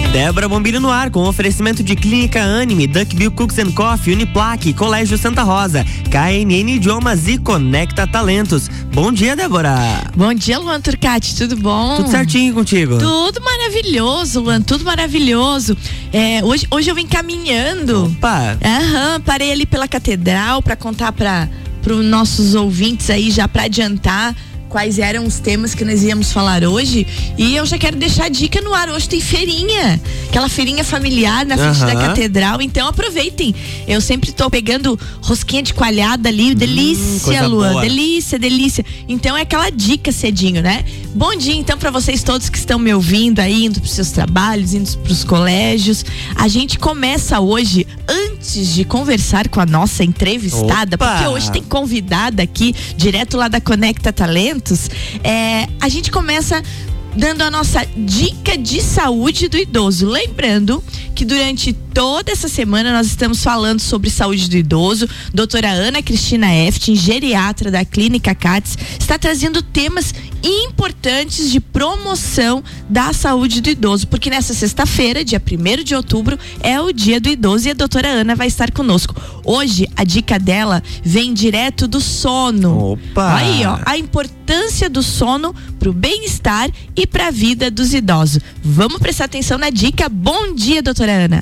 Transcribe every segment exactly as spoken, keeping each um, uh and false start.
Débora Bombilho no ar, com oferecimento de Clínica Anime, Duckbill Cooks and Coffee, Uniplaque, Colégio Santa Rosa, K N N Idiomas e Conecta Talentos. Bom dia, Débora. Bom dia, Luan Turcati, tudo bom? Tudo certinho contigo? Tudo maravilhoso, Luan, tudo maravilhoso. É, hoje, hoje eu vim caminhando. Opa! Aham, parei ali pela catedral pra contar pra, pros nossos ouvintes aí, já pra adiantar quais eram os temas que nós íamos falar hoje. E eu já quero deixar a dica no ar. Hoje tem feirinha, aquela feirinha familiar na frente uhum. da catedral. Então aproveitem. Eu sempre tô pegando rosquinha de coalhada ali. Hum, delícia, Luan. Boa. Delícia, delícia. Então é aquela dica cedinho, né? Bom dia então pra vocês todos que estão me ouvindo aí, indo pros seus trabalhos, indo pros colégios. A gente começa hoje, antes de conversar com a nossa entrevistada, Opa. porque hoje tem convidada aqui, direto lá da Conecta Talentos. É, a gente começa dando a nossa dica de saúde do idoso. Lembrando que durante toda essa semana nós estamos falando sobre saúde do idoso. Doutora Ana Cristina Eftin, geriatra da Clínica Cates, está trazendo temas importantes de promoção da saúde do idoso, porque nessa sexta-feira, dia primeiro de outubro, é o dia do idoso e a doutora Ana vai estar conosco. Hoje, a dica dela vem direto do sono. Opa! Aí, ó, a importância do sono pro bem-estar e pra vida dos idosos. Vamos prestar atenção na dica. Bom dia, doutora Ana.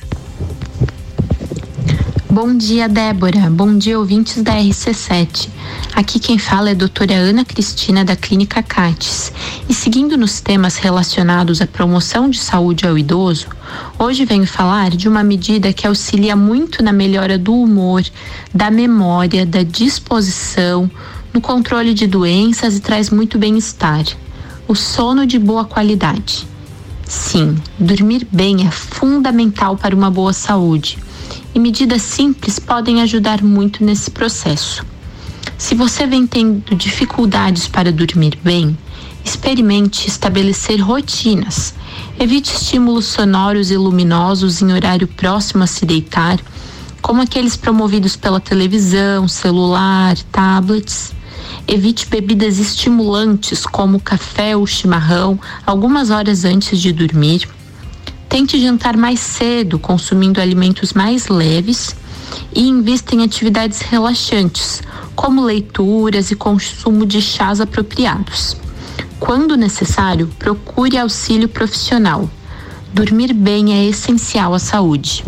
Bom dia, Débora. Bom dia, ouvintes da R C sete. Aqui quem fala é a doutora Ana Cristina, da Clínica Cates. E seguindo nos temas relacionados à promoção de saúde ao idoso, hoje venho falar de uma medida que auxilia muito na melhora do humor, da memória, da disposição, no controle de doenças e traz muito bem-estar. O sono de boa qualidade. Sim, dormir bem é fundamental para uma boa saúde. E medidas simples podem ajudar muito nesse processo. Se você vem tendo dificuldades para dormir bem, experimente estabelecer rotinas. Evite estímulos sonoros e luminosos em horário próximo a se deitar, como aqueles promovidos pela televisão, celular, tablets. Evite bebidas estimulantes como café ou chimarrão algumas horas antes de dormir. Tente jantar mais cedo, consumindo alimentos mais leves, e invista em atividades relaxantes, como leituras e consumo de chás apropriados. Quando necessário, procure auxílio profissional. Dormir bem é essencial à saúde.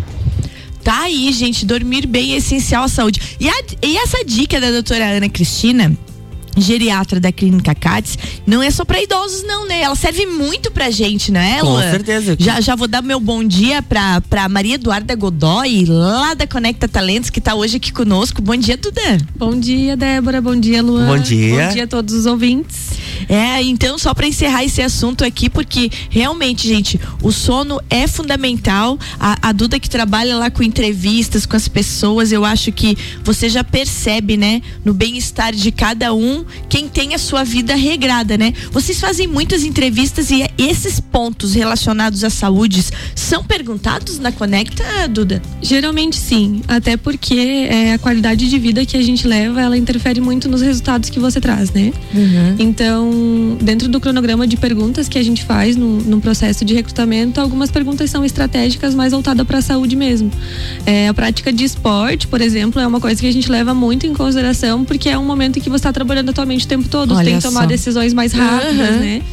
Tá aí, gente, dormir bem é essencial à saúde. E, a, e essa dica da doutora Ana Cristina, geriatra da Clínica Cates, não é só pra idosos não, né? Ela serve muito pra gente, não é, Lua? Com certeza. Já, já vou dar meu bom dia pra, pra Maria Eduarda Godoy, lá da Conecta Talentos, que tá hoje aqui conosco. Bom dia, Duda. Bom dia, Débora. Bom dia, Luan. Bom dia. Bom dia a todos os ouvintes. É, então, só pra encerrar esse assunto aqui, porque realmente, gente, o sono é fundamental. A, a Duda que trabalha lá com entrevistas com as pessoas, eu acho que você já percebe, né, no bem-estar de cada um, quem tem a sua vida regrada, né? Vocês fazem muitas entrevistas e esses pontos relacionados à saúde são perguntados na Conecta, Duda? Geralmente sim, até porque é, a qualidade de vida que a gente leva, ela interfere muito nos resultados que você traz, né? Uhum. Então, dentro do cronograma de perguntas que a gente faz no, no processo de recrutamento, algumas perguntas são estratégicas, mais voltadas para a saúde mesmo. É, a prática de esporte, por exemplo, é uma coisa que a gente leva muito em consideração, porque é um momento em que você está trabalhando a tua mente o tempo todo, você tem que tomar só. decisões mais rápidas, uhum. né?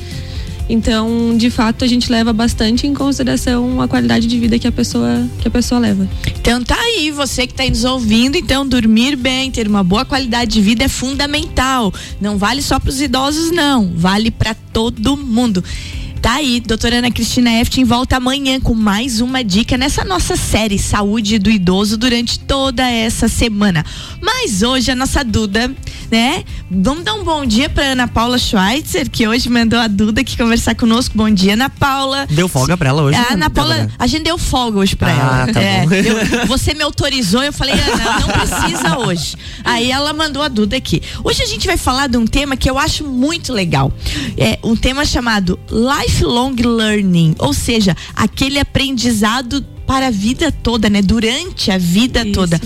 Então, de fato, a gente leva bastante em consideração a qualidade de vida que a pessoa, que a pessoa leva. Então tá aí, você que tá nos ouvindo, então dormir bem, ter uma boa qualidade de vida é fundamental. Não vale só pros idosos, não. Vale pra todo mundo. Tá aí, doutora Ana Cristina Eftin volta amanhã com mais uma dica nessa nossa série Saúde do Idoso durante toda essa semana. Mas hoje a nossa Duda, né? Vamos dar um bom dia pra Ana Paula Schweitzer, que hoje mandou a Duda aqui conversar conosco. Bom dia, Ana Paula. Deu folga pra ela hoje? A Ana Paula, a gente deu folga hoje pra ah, ela. Tá é, bom. eu, você me autorizou, eu falei, Ana, não precisa hoje. Aí ela mandou a Duda aqui. Hoje a gente vai falar de um tema que eu acho muito legal. É um tema chamado Lifelong Learning, ou seja, aquele aprendizado para a vida toda, né? Durante a vida Isso toda.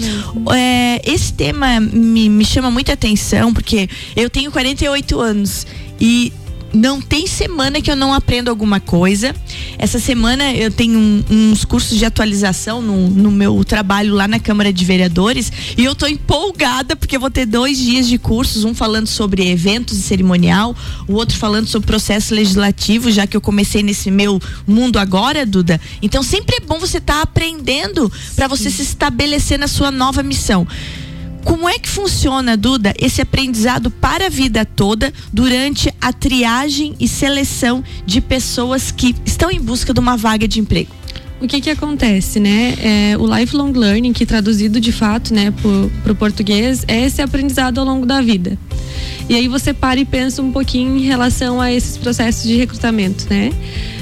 É, esse tema me, me chama muita atenção, porque eu tenho quarenta e oito anos e não tem semana que eu não aprendo alguma coisa. Essa semana eu tenho um, uns cursos de atualização no, no meu trabalho lá na Câmara de Vereadores, e eu tô empolgada porque eu vou ter dois dias de cursos, um falando sobre eventos e cerimonial, o outro falando sobre processo legislativo, já que eu comecei nesse meu mundo agora, Duda. Então sempre é bom você estar tá aprendendo para você se estabelecer na sua nova missão. Como é que funciona, Duda, esse aprendizado para a vida toda durante a triagem e seleção de pessoas que estão em busca de uma vaga de emprego? O que que acontece, né? É, o lifelong learning, que traduzido de fato, né, para o português, é esse aprendizado ao longo da vida. E aí você para e pensa um pouquinho em relação a esses processos de recrutamento, né?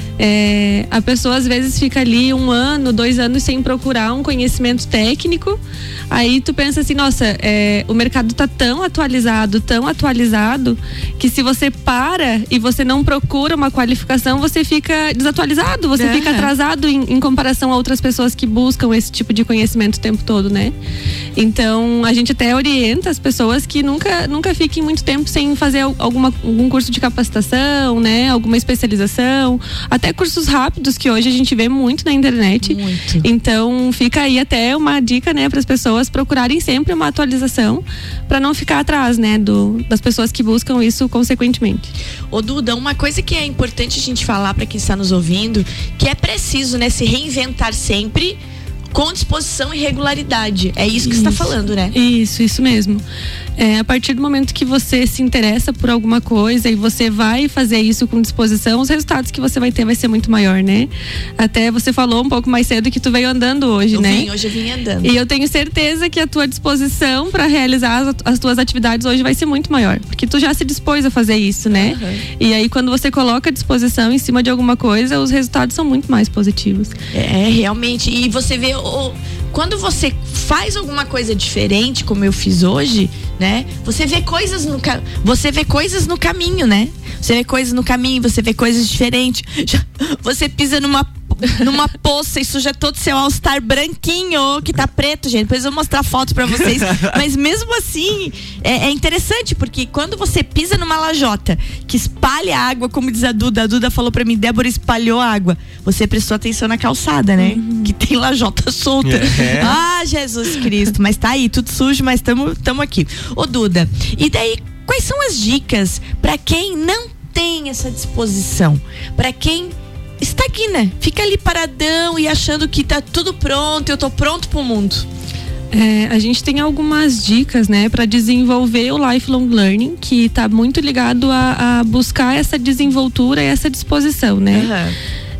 É, a pessoa às vezes fica ali um ano, dois anos sem procurar um conhecimento técnico. Aí tu pensa assim, nossa, é, o mercado tá tão atualizado, tão atualizado, que se você para e você não procura uma qualificação, você fica desatualizado, você uhum. fica atrasado em, em comparação a outras pessoas que buscam esse tipo de conhecimento o tempo todo, né? Então a gente até orienta as pessoas que nunca, nunca fiquem muito tempo sem fazer alguma, algum curso de capacitação, né? Alguma especialização, até cursos rápidos que hoje a gente vê muito na internet. Muito. Então fica aí até uma dica, né, para as pessoas procurarem sempre uma atualização para não ficar atrás, né, do, das pessoas que buscam isso consequentemente. Ô Duda, uma coisa que é importante a gente falar para quem está nos ouvindo, que é preciso, né, se reinventar sempre com disposição e regularidade. É isso que você está falando, né? Isso, isso mesmo. É, a partir do momento que você se interessa por alguma coisa e você vai fazer isso com disposição, os resultados que você vai ter vai ser muito maior, né? Até você falou um pouco mais cedo que tu veio andando hoje, eu né? Vim, hoje eu vim andando. E eu tenho certeza que a tua disposição para realizar as, as tuas atividades hoje vai ser muito maior, porque tu já se dispôs a fazer isso, né? Uhum. E aí quando você coloca a disposição em cima de alguma coisa, os resultados são muito mais positivos. É, realmente. E você vê o, quando você faz alguma coisa diferente, como eu fiz hoje, né? Você vê coisas no você vê coisas no caminho, né? Você vê coisas no caminho, você vê coisas diferentes. Você pisa numa numa poça e suja todo seu all-star branquinho, que tá preto, gente. Depois eu vou mostrar fotos pra vocês. Mas mesmo assim, é, é interessante, porque quando você pisa numa lajota que espalha água, como diz a Duda, a Duda falou pra mim, Débora espalhou água. Você prestou atenção na calçada, né? Uhum. Que tem lajota solta. É. Ah, Jesus Cristo. Mas tá aí, tudo sujo, mas tamo, tamo aqui. Ô Duda, e daí, quais são as dicas pra quem não tem essa disposição? Pra quem estagna, fica ali paradão e achando que tá tudo pronto, eu tô pronto pro mundo. É, a gente tem algumas dicas, né, para desenvolver o lifelong learning, que tá muito ligado a, a buscar essa desenvoltura e essa disposição, né? Uhum.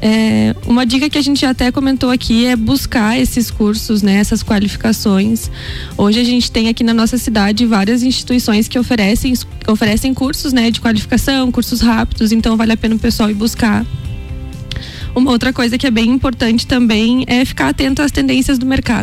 É, uma dica que a gente até comentou aqui é buscar esses cursos, né, essas qualificações. Hoje a gente tem aqui na nossa cidade várias instituições que oferecem, oferecem cursos, né, de qualificação, cursos rápidos, então vale a pena o pessoal ir buscar. Uma outra coisa que é bem importante também é ficar atento às tendências do mercado.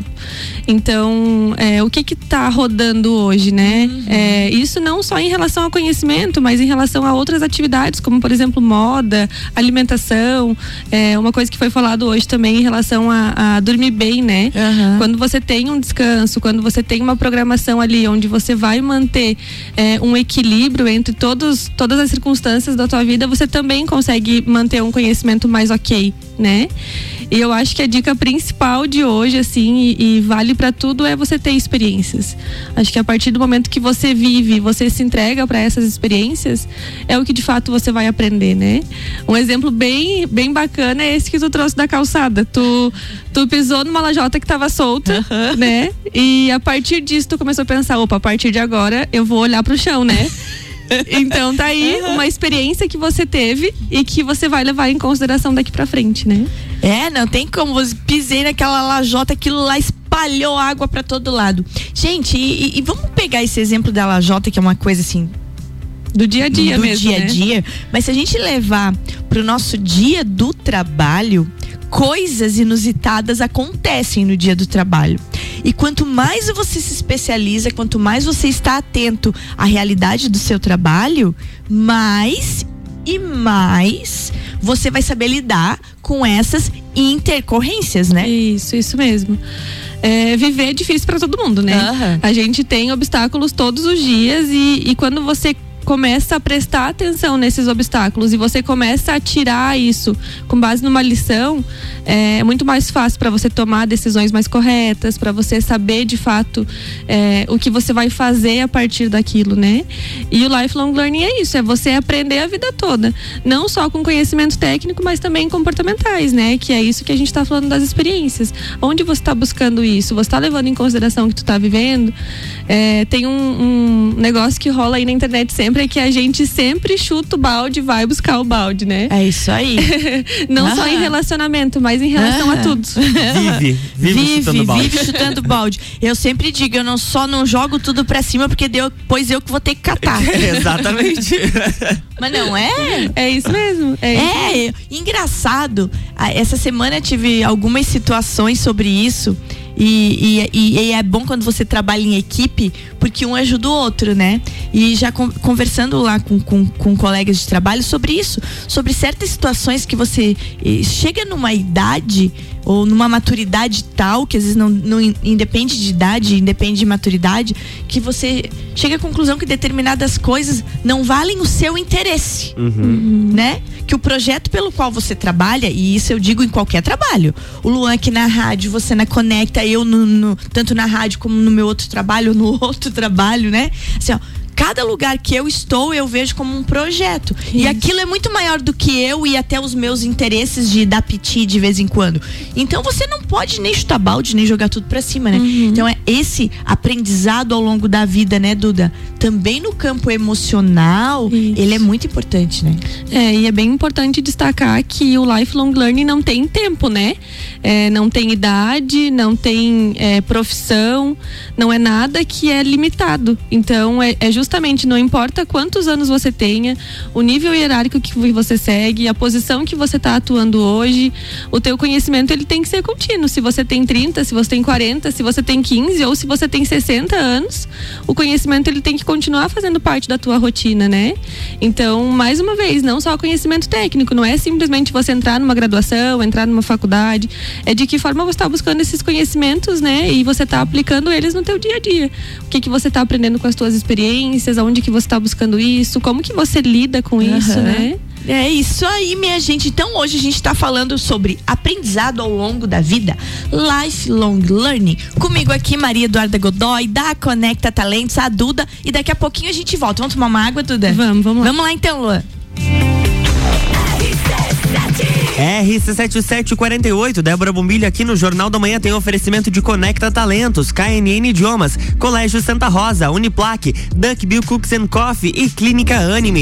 Então, é, o que que tá rodando hoje, né? Uhum. É, isso não só em relação ao conhecimento, mas em relação a outras atividades, como por exemplo moda, alimentação. É, uma coisa que foi falado hoje também em relação a, a dormir bem, né? Uhum. Quando você tem um descanso, quando você tem uma programação ali onde você vai manter é, um equilíbrio entre todos, todas as circunstâncias da tua vida, você também consegue manter um conhecimento mais ok, né? E eu acho que a dica principal de hoje, assim, e, e vale para tudo, é você ter experiências. Acho que a partir do momento que você vive, você se entrega para essas experiências, é o que de fato você vai aprender, né? Um exemplo bem, bem bacana é esse que tu trouxe da calçada. Tu, tu pisou numa lajota que tava solta, uhum. né? E a partir disso tu começou a pensar, opa, a partir de agora eu vou olhar pro chão, né? Então tá aí uhum. uma experiência que você teve e que você vai levar em consideração daqui pra frente, né? É, não tem como, você pisei naquela lajota, aquilo lá espalhou água pra todo lado. Gente, e, e vamos pegar esse exemplo da lajota, que é uma coisa assim do dia a dia do mesmo, dia a né? dia, mas se a gente levar pro nosso dia do trabalho, coisas inusitadas acontecem no dia do trabalho. E quanto mais você se especializa, quanto mais você está atento à realidade do seu trabalho, mais e mais você vai saber lidar com essas intercorrências, né? Isso, isso mesmo. É, viver é difícil para todo mundo, né? Uhum. A gente tem obstáculos todos os dias e, e quando você começa a prestar atenção nesses obstáculos e você começa a tirar isso com base numa lição, é muito mais fácil para você tomar decisões mais corretas, para você saber de fato é, o que você vai fazer a partir daquilo, né? E o lifelong learning é isso, é você aprender a vida toda, não só com conhecimento técnico, mas também comportamentais, né? Que é isso que a gente está falando das experiências. Onde você está buscando isso? Você está levando em consideração o que tu está vivendo? É, tem um, um negócio que rola aí na internet sempre, é que a gente sempre chuta o balde, vai buscar o balde, né? É isso aí. Não ah. só em relacionamento, mas em relação ah. a tudo. Vive, vive, vive chutando balde. Vive chutando balde. Eu sempre digo, eu não só não jogo tudo pra cima, porque depois eu que vou ter que catar. Exatamente. Mas não é? É isso mesmo. É, é isso. Engraçado. Essa semana eu tive algumas situações sobre isso. E, e, e é bom quando você trabalha em equipe, porque um ajuda o outro, né? E já com, conversando lá com, com, com colegas de trabalho sobre isso, sobre certas situações que você eh, chega numa idade ou numa maturidade tal, que às vezes não, não independe de idade, independe de maturidade, que você chega à conclusão que determinadas coisas não valem o seu interesse, uhum. né? Que o projeto pelo qual você trabalha, e isso eu digo em qualquer trabalho, o Luan aqui na rádio, você na Conecta, eu no, no, tanto na rádio como no meu outro trabalho, no outro trabalho, né? Assim, ó, cada lugar que eu estou, eu vejo como um projeto. Isso. E aquilo é muito maior do que eu e até os meus interesses de dar piti de vez em quando. Então você não pode nem chutar balde, nem jogar tudo pra cima, né? Uhum. Então é esse aprendizado ao longo da vida, né, Duda? Também no campo emocional, isso. ele é muito importante, né? É, e é bem importante destacar que o lifelong learning não tem tempo, né? É, não tem idade, não tem é, profissão, não é nada que é limitado. Então é, é justamente Justamente, não importa quantos anos você tenha, o nível hierárquico que você segue, a posição que você está atuando hoje, o teu conhecimento ele tem que ser contínuo. Se você tem trinta, se você tem quarenta, se você tem quinze ou se você tem sessenta anos, o conhecimento ele tem que continuar fazendo parte da tua rotina, né? Então, mais uma vez, não só o conhecimento técnico, não é simplesmente você entrar numa graduação, entrar numa faculdade, é de que forma você está buscando esses conhecimentos, né? E você está aplicando eles no teu dia a dia. O que que você está aprendendo com as tuas experiências, aonde que você está buscando isso, como que você lida com uhum. isso, né? É isso aí, minha gente. Então hoje a gente está falando sobre aprendizado ao longo da vida, lifelong learning. Comigo aqui, Maria Eduarda Godoy, da Conecta Talentos, a Duda, e daqui a pouquinho a gente volta. Vamos tomar uma água, Duda? Vamos, vamos lá. Vamos lá então, Luan. R C setenta e sete quarenta e oito, Débora Bombilho aqui no Jornal da Manhã tem oferecimento de Conecta Talentos, K N N Idiomas, Colégio Santa Rosa, Uniplaque, Duck Bill Cooks and Coffee e Clínica Anime.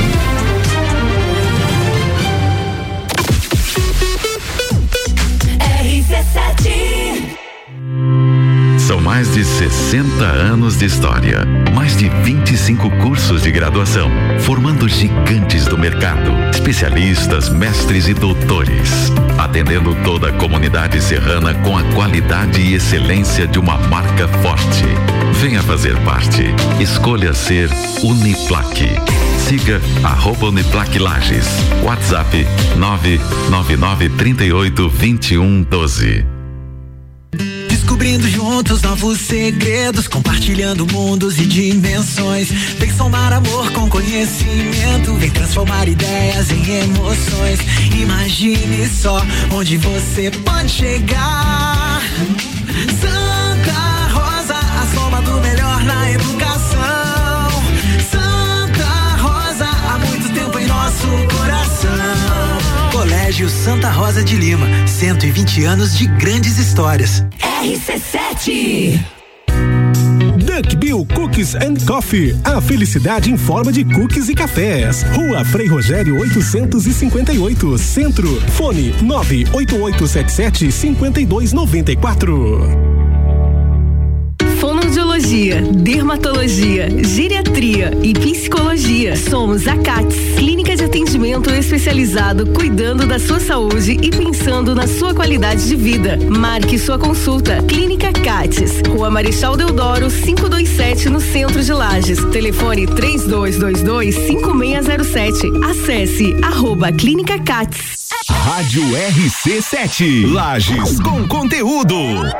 R C sete São mais de sessenta anos de história, mais de vinte e cinco cursos de graduação, formando gigantes do mercado, especialistas, mestres e doutores, atendendo toda a comunidade serrana com a qualidade e excelência de uma marca forte. Venha fazer parte. Escolha ser Uniplaque. Siga arroba Uniplaque Lages. WhatsApp nove nove nove, três oito, dois um um dois. Descobrindo juntos novos segredos, compartilhando mundos e dimensões. Vem somar amor com conhecimento, vem transformar ideias em emoções. Imagine só onde você pode chegar. Santa Rosa, a soma do melhor na educação. Santa Rosa, há muito tempo em nosso coração. Colégio Santa Rosa de Lima, cento e vinte anos de grandes histórias. R C sete Duck Bill Cookies and Coffee, a felicidade em forma de cookies e cafés. Rua Frei Rogério oitocentos e cinquenta e oito, Centro. Fone nove oito oito sete sete, cinco dois nove quatro. Fonoaudiologia, dermatologia, geriatria e psicologia. Somos a CATS, clínica de atendimento especializado cuidando da sua saúde e pensando na sua qualidade de vida. Marque sua consulta. Clínica CATS, Rua Marechal Deodoro, quinhentos e vinte e sete, no centro de Lages. Telefone três dois dois dois, cinco seis zero sete. Acesse arroba Clínica CATS. Rádio R C sete, Lages com conteúdo.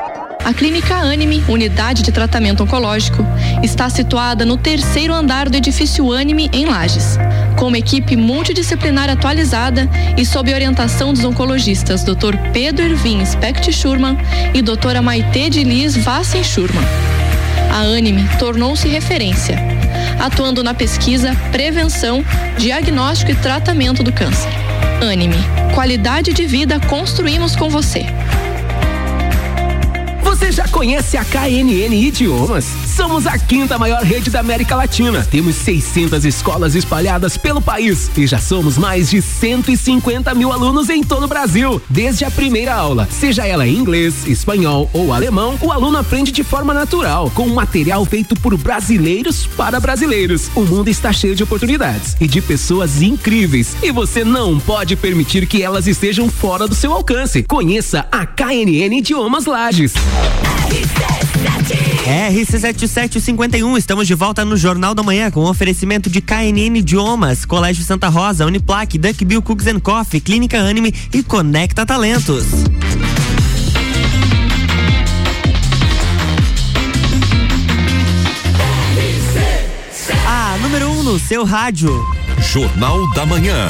A Clínica Anime, unidade de tratamento oncológico, está situada no terceiro andar do edifício Anime, em Lages. Com uma equipe multidisciplinar atualizada e sob orientação dos oncologistas doutor Pedro Ervin Specht Schurman e doutora Maite de Liz Vassen Schurman. A Anime tornou-se referência, atuando na pesquisa, prevenção, diagnóstico e tratamento do câncer. Anime, qualidade de vida construímos com você. Você já conhece a K N N Idiomas? Somos a quinta maior rede da América Latina. Temos seiscentas escolas espalhadas pelo país e já somos mais de cento e cinquenta mil alunos em todo o Brasil. Desde a primeira aula, seja ela em inglês, espanhol ou alemão, o aluno aprende de forma natural, com um material feito por brasileiros para brasileiros. O mundo está cheio de oportunidades e de pessoas incríveis e você não pode permitir que elas estejam fora do seu alcance. Conheça a K N N Idiomas Lages. R C sete sete cinquenta e um, estamos de volta no Jornal da Manhã com oferecimento de K N N Idiomas, Colégio Santa Rosa, Uniplac, Duck Bill Cooks and Coffee, Clínica Anime e Conecta Talentos. A número um no seu rádio. Jornal da Manhã.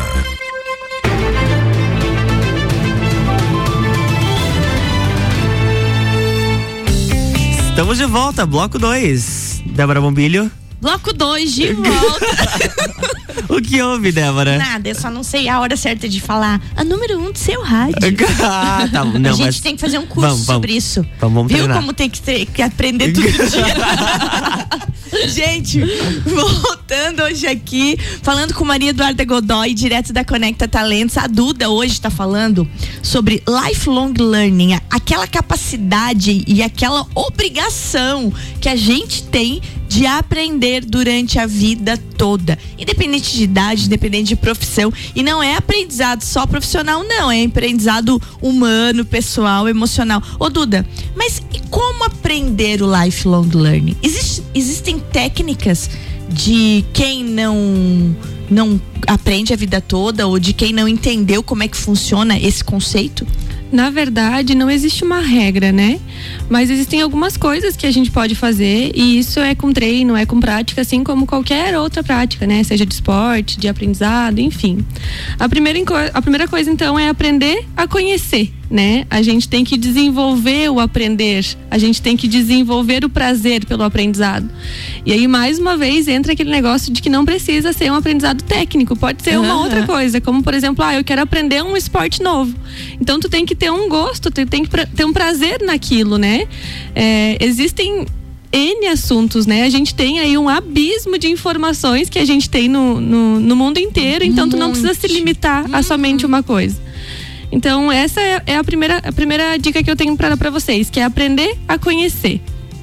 Estamos de volta, bloco dois. Débora Bombilho. Bloco dois de volta. O que houve, Débora? Nada, eu só não sei a hora certa de falar a número um do seu rádio. Ah, tá. Não, a gente mas... tem que fazer um curso vamos, vamos. sobre isso. Vamos, vamos Viu treinar. como tem que, ter, que aprender tudo dia? Gente, voltando hoje aqui, falando com Maria Eduarda Godoy, direto da Conecta Talentos. A Duda hoje está falando sobre lifelong learning, aquela capacidade e aquela obrigação que a gente tem de aprender durante a vida toda, independente de idade, independente de profissão. E não é aprendizado só profissional, não, é aprendizado humano, pessoal, emocional. Ô Duda, mas e como aprender o lifelong learning? Existe, existem técnicas de quem não não aprende a vida toda ou de quem não entendeu como é que funciona esse conceito? Na verdade, não existe uma regra, né? Mas existem algumas coisas que a gente pode fazer e isso é com treino, é com prática, assim como qualquer outra prática, né? Seja de esporte, de aprendizado, enfim. A primeira, a primeira coisa, então, é aprender a conhecer, né? A gente tem que desenvolver o aprender, a gente tem que desenvolver o prazer pelo aprendizado. E aí, mais uma vez, entra aquele negócio de que não precisa ser um aprendizado técnico, pode ser uma uhum. outra coisa, como por exemplo, ah, eu quero aprender um esporte novo. Então, tu tem que ter um gosto, tu tem que ter um prazer naquilo, né? É, existem N assuntos, né? A gente tem aí um abismo de informações que a gente tem no, no, no mundo inteiro, então tu não precisa se limitar a somente uma coisa. Então, essa é, é a, primeira, a primeira dica que eu tenho para para vocês, que é aprender a conhecer.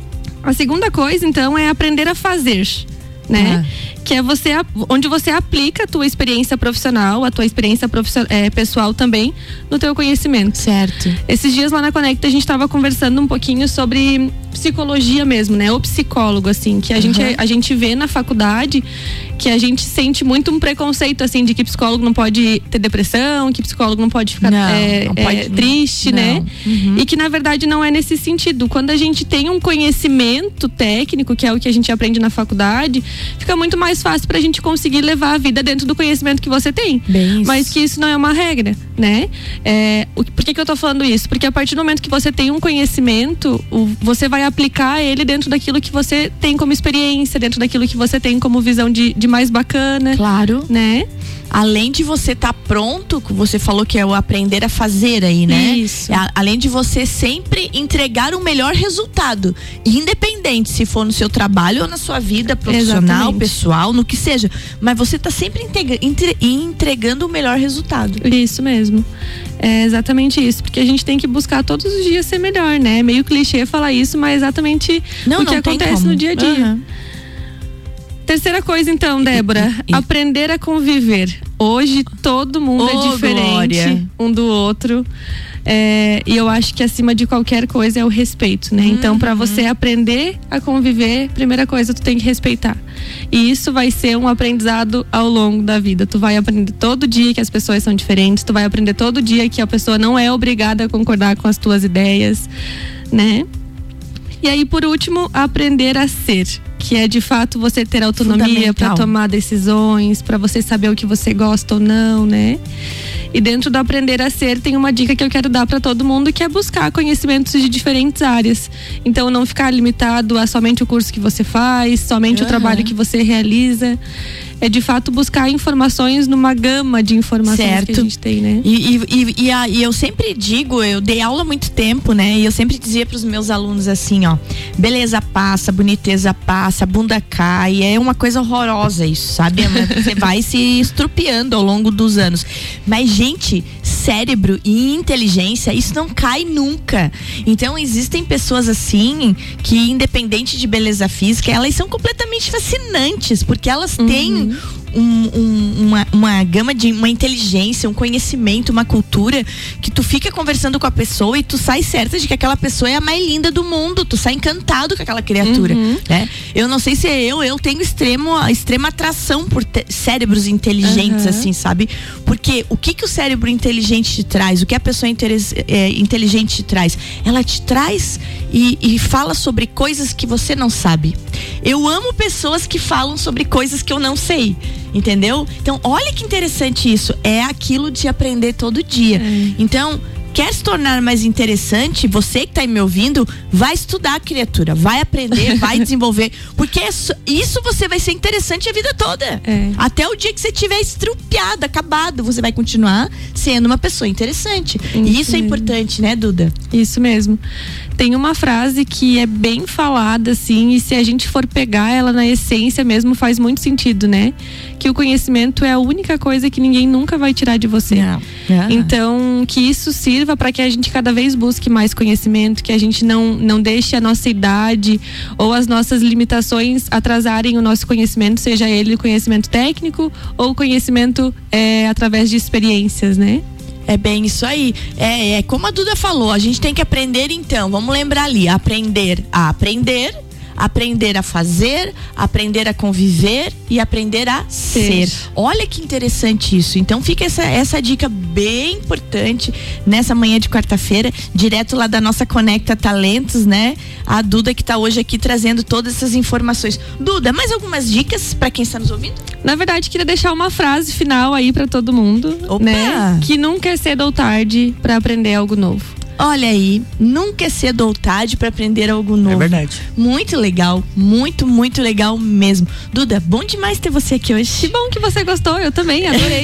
A segunda coisa, então, é aprender a fazer, né? Ah. Que é você, onde você aplica a tua experiência profissional, a tua experiência profissional, é, pessoal também, no teu conhecimento. Certo. Esses dias lá na Conecta a gente estava conversando um pouquinho sobre psicologia mesmo, né? O psicólogo, assim, que a, uhum. gente, a gente vê na faculdade que a gente sente muito um preconceito, assim, de que psicólogo não pode ter depressão, que psicólogo não pode ficar não, é, não pode, é, triste, não. né? Uhum. E que na verdade não é nesse sentido. Quando a gente tem um conhecimento técnico, que é o que a gente aprende na faculdade, fica muito mais fácil pra gente conseguir levar a vida dentro do conhecimento que você tem. Bem Mas que isso não é uma regra, né? É, o, por que que eu tô falando isso? Porque a partir do momento que você tem um conhecimento, o, você vai aplicar ele dentro daquilo que você tem como experiência, dentro daquilo que você tem como visão de, de mais bacana. Claro. Né? Além de você estar tá pronto, você falou que é o aprender a fazer aí, né? Isso. A, além de você sempre entregar o melhor resultado, independente se for no seu trabalho ou na sua vida profissional, exatamente. Pessoal, no que seja. Mas você está sempre integra, entre, entregando o melhor resultado. Isso mesmo. É exatamente isso, porque a gente tem que buscar todos os dias ser melhor, né? É meio clichê falar isso, mas é exatamente não, o que não acontece no dia a dia. Uhum. Terceira coisa, então, Débora, e, e, aprender a conviver. Hoje todo mundo oh, é diferente glória. um do outro. É, e eu acho que acima de qualquer coisa é o respeito, né? Uhum. Então, para você aprender a conviver, primeira coisa, tu tem que respeitar. E isso vai ser um aprendizado ao longo da vida. Tu vai aprender todo dia que as pessoas são diferentes, tu vai aprender todo dia que a pessoa não é obrigada a concordar com as tuas ideias, né? E aí, por último, aprender a ser, que é de fato você ter autonomia para tomar decisões, para você saber o que você gosta ou não, né? E dentro do aprender a ser, tem uma dica que eu quero dar para todo mundo, que é buscar conhecimentos de diferentes áreas. Então, não ficar limitado a somente o curso que você faz, somente uhum. o trabalho que você realiza. É de fato buscar informações numa gama de informações certo. Que a gente tem, né? E, e, e, e, a, e eu sempre digo, eu dei aula há muito tempo, né? E eu sempre dizia pros meus alunos assim, ó, beleza passa, boniteza passa, bunda cai, é uma coisa horrorosa isso, sabe? Você vai se estrupiando ao longo dos anos. Mas, gente, cérebro e inteligência, isso não cai nunca. Então, existem pessoas assim, que independente de beleza física, elas são completamente fascinantes, porque elas uhum. têm Um, um, uma, uma gama de uma inteligência, um conhecimento, uma cultura, que tu fica conversando com a pessoa e tu sai certa de que aquela pessoa é a mais linda do mundo, tu sai encantado com aquela criatura, uhum. né? Eu não sei se é eu, eu tenho extremo, extrema atração por te, cérebros inteligentes, uhum. assim, sabe? Porque o que que o cérebro inteligente te traz, o que a pessoa interes, é, inteligente te traz? Ela te traz e, e fala sobre coisas que você não sabe. Eu amo pessoas que falam sobre coisas que eu não sei. Entendeu? Então, olha que interessante isso. É aquilo de aprender todo dia. É. Então, quer se tornar mais interessante? Você que está aí me ouvindo, vai estudar, criatura. Vai aprender, vai desenvolver. Porque isso você vai ser interessante a vida toda. É. Até o dia que você estiver estrupiado, acabado, você vai continuar sendo uma pessoa interessante. Isso e isso mesmo. É importante, né, Duda? Isso mesmo. Tem uma frase que é bem falada, assim, e se a gente for pegar ela na essência mesmo, faz muito sentido, né? Que o conhecimento é a única coisa que ninguém nunca vai tirar de você. Não. Não. Então, que isso sirva para que a gente cada vez busque mais conhecimento, que a gente não, não deixe a nossa idade ou as nossas limitações atrasarem o nosso conhecimento, seja ele conhecimento técnico ou conhecimento é, através de experiências, né? É bem isso aí. É, é como a Duda falou, a gente tem que aprender então, vamos lembrar ali, aprender a aprender, aprender a fazer, aprender a conviver e aprender a ser. ser. Olha que interessante isso. Então fica essa, essa dica bem importante nessa manhã de quarta-feira, direto lá da nossa Conecta Talentos, né? A Duda que tá hoje aqui trazendo todas essas informações. Duda, mais algumas dicas para quem está nos ouvindo? Na verdade, queria deixar uma frase final aí para todo mundo, Opa. né? Que nunca é cedo ou tarde para aprender algo novo. Olha aí, nunca é cedo ou tarde para aprender algo novo. É verdade. Muito legal, muito, muito legal mesmo. Duda, bom demais ter você aqui hoje. Que bom que você gostou, eu também, adorei.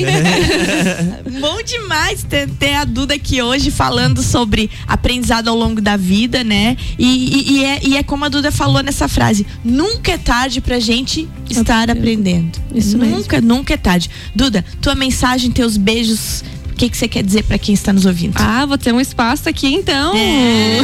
Bom demais ter, ter a Duda aqui hoje falando sobre aprendizado ao longo da vida, né? E, e, e, é, e é como a Duda falou nessa frase, nunca é tarde pra gente estar aprendendo. Isso nunca, mesmo. Nunca é tarde. Duda, tua mensagem, teus beijos, o que que você quer dizer para quem está nos ouvindo? Ah, vou ter um espaço aqui então. É.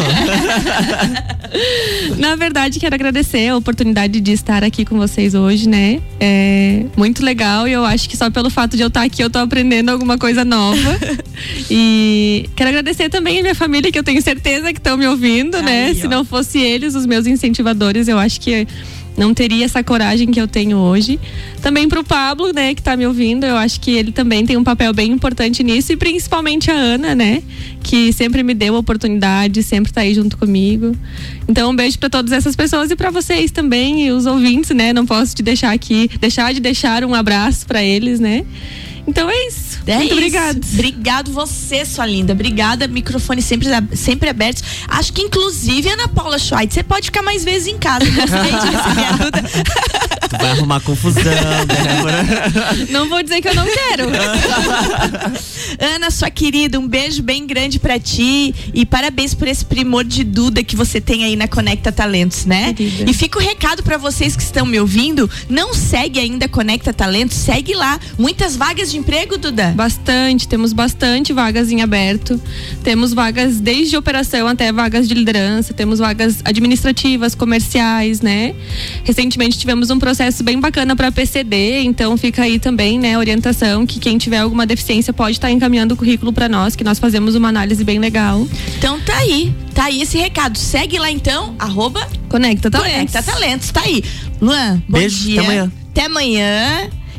Na verdade, quero agradecer a oportunidade de estar aqui com vocês hoje, né? É muito legal e eu acho que só pelo fato de eu estar aqui eu tô aprendendo alguma coisa nova. E quero agradecer também a minha família, que eu tenho certeza que estão me ouvindo, Aí, né? Ó. Se não fosse eles, os meus incentivadores, eu acho que não teria essa coragem que eu tenho hoje. Também pro Pablo, né, que tá me ouvindo, eu acho que ele também tem um papel bem importante nisso, e principalmente a Ana, né, que sempre me deu a oportunidade, sempre tá aí junto comigo. Então um beijo para todas essas pessoas e para vocês também, e os ouvintes, né, não posso te deixar aqui, deixar de deixar um abraço para eles, né. Então é isso. É Muito isso. obrigada. Obrigado você, sua linda. Obrigada. Microfone sempre, sempre abertos. Acho que inclusive, Ana Paula Schweitz, você pode ficar mais vezes em casa. Gostei de receber a Duda. Tu vai arrumar confusão, Débora. Não vou dizer que eu não quero. Ana, sua querida, um beijo bem grande pra ti e parabéns por esse primor de Duda que você tem aí na Conecta Talentos, né? Querida. E fica o recado pra vocês que estão me ouvindo, não segue ainda Conecta Talentos, segue lá. Muitas vagas de emprego, Duda? Bastante, temos bastante vagas em aberto. Temos vagas desde operação até vagas de liderança, temos vagas administrativas, comerciais, né? Recentemente tivemos um processo bem bacana para P C D, então fica aí também, né, orientação que quem tiver alguma deficiência pode estar encaminhando o currículo para nós, que nós fazemos uma análise bem legal. Então tá aí, tá aí esse recado. Segue lá então, arroba Conecta Talentos. Conecta Talentos, tá aí. Luan, bom Beijo, dia. Até amanhã. Até amanhã.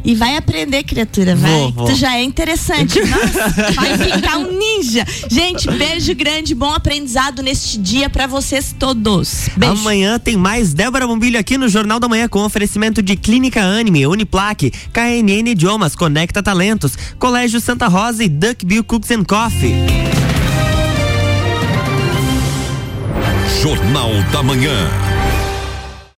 e vai aprender, criatura, vai. Vou, vou. Tu já é interessante. Nossa, vai ficar um ninja. Gente, beijo grande, bom aprendizado neste dia pra vocês todos. Beijo. Amanhã tem mais Débora Bombilho aqui no Jornal da Manhã com oferecimento de Clínica Anime, Uniplaque, K N N Idiomas, Conecta Talentos, Colégio Santa Rosa e Duckbill Cooks and Coffee. Jornal da Manhã.